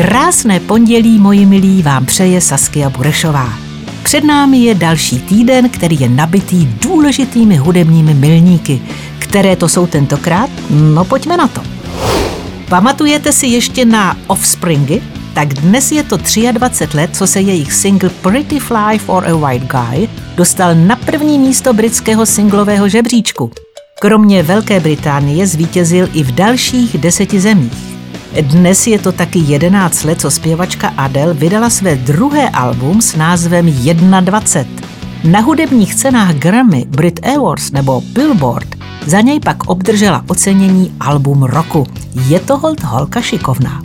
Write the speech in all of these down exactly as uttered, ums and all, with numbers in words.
Krásné pondělí, moji milí, vám přeje Saskia Burešová. Před námi je další týden, který je nabitý důležitými hudebními milníky. Které to jsou tentokrát? No pojďme na to. Pamatujete si ještě na Offspringy? Tak dnes je to dvacet tři let, co se jejich single Pretty Fly for a White Guy dostal na první místo britského singlového žebříčku. Kromě Velké Británie zvítězil i v dalších deseti zemích. Dnes je to taky jedenáct let, co zpěvačka Adele vydala své druhé album s názvem dvacet jedna. Na hudebních cenách Grammy, Brit Awards nebo Billboard za něj pak obdržela ocenění album roku. Je to holt holka šikovná.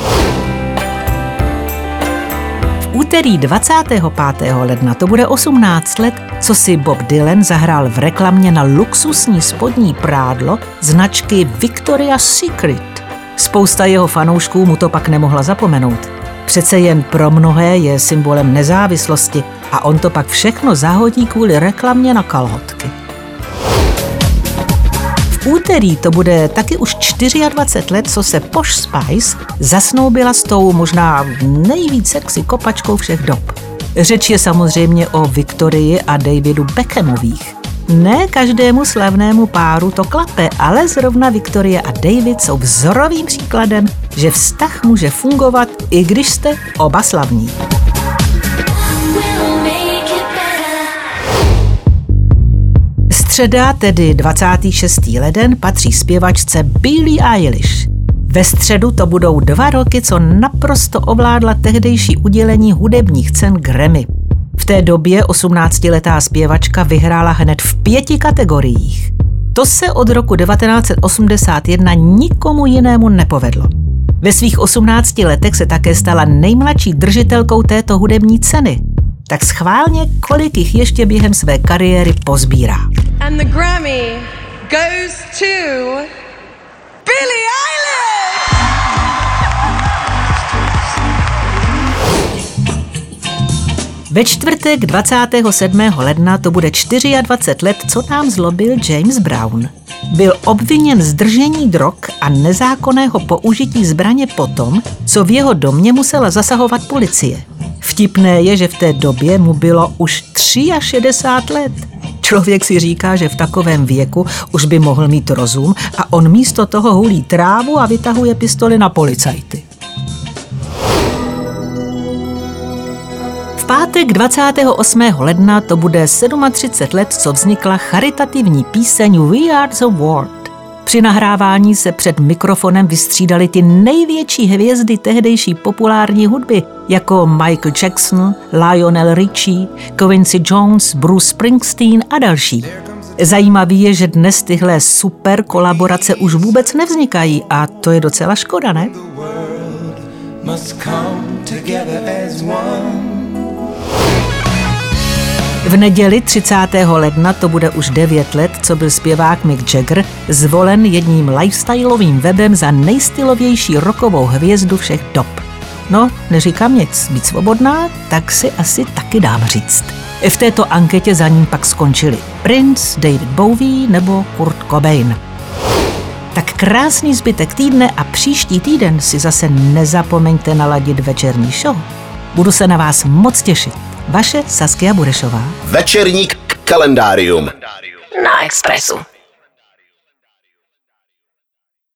V úterý dvacátého pátého ledna to bude osmnáct let, co si Bob Dylan zahrál v reklamě na luxusní spodní prádlo značky Victoria's Secret. Spousta jeho fanoušků mu to pak nemohla zapomenout. Přece jen pro mnohé je symbolem nezávislosti a on to pak všechno zahodí kvůli reklamě na kalhotky. V úterý to bude taky už dvacet čtyři let, co se Posh Spice zasnoubila s tou možná nejvíc sexy kopačkou všech dob. Řeč je samozřejmě o Viktorii a Davidu Beckhamových. Ne každému slavnému páru to klape, ale zrovna Viktorie a David jsou vzorovým příkladem, že vztah může fungovat, i když jste oba slavní. Středa, tedy dvacátého šestého leden, patří zpěvačce Billie Eilish. Ve středu to budou dva roky, co naprosto ovládla tehdejší udělení hudebních cen Grammy. V té době osmnáctiletá zpěvačka vyhrála hned v pěti kategoriích. To se od roku devatenáct set osmdesát jedna nikomu jinému nepovedlo. Ve svých osmnácti letech se také stala nejmladší držitelkou této hudební ceny. Tak schválně, kolik jich ještě během své kariéry pozbírá. And the Grammy goes to Billie Eilish! Ve čtvrtek dvacátého sedmého ledna to bude dvacet čtyři let, co nám zlobil James Brown. Byl obviněn z držení drog a nezákonného použití zbraně potom, co v jeho domě musela zasahovat policie. Vtipné je, že v té době mu bylo už šedesát tři let. Člověk si říká, že v takovém věku už by mohl mít rozum a on místo toho hulí trávu a vytahuje pistoli na policajty. V pátek dvacátého osmého ledna to bude třicet sedm let, co vznikla charitativní píseň We Are the World. Při nahrávání se před mikrofonem vystřídali ty největší hvězdy tehdejší populární hudby, jako Michael Jackson, Lionel Richie, Quincy Jones, Bruce Springsteen a další. Zajímavý je, že dnes tyhle super kolaborace už vůbec nevznikají a to je docela škoda, ne? V neděli třicátého ledna to bude už devět let, co byl zpěvák Mick Jagger zvolen jedním lifestyleovým webem za nejstylovější rockovou hvězdu všech dob. No, neříkám nic, být svobodná, tak si asi taky dám říct. V této anketě za ním pak skončili Prince, David Bowie nebo Kurt Cobain. Tak krásný zbytek týdne a příští týden si zase nezapomeňte naladit večerní show. Budu se na vás moc těšit. Vaše Saskia Burešová. Večerní kalendárium na Expressu.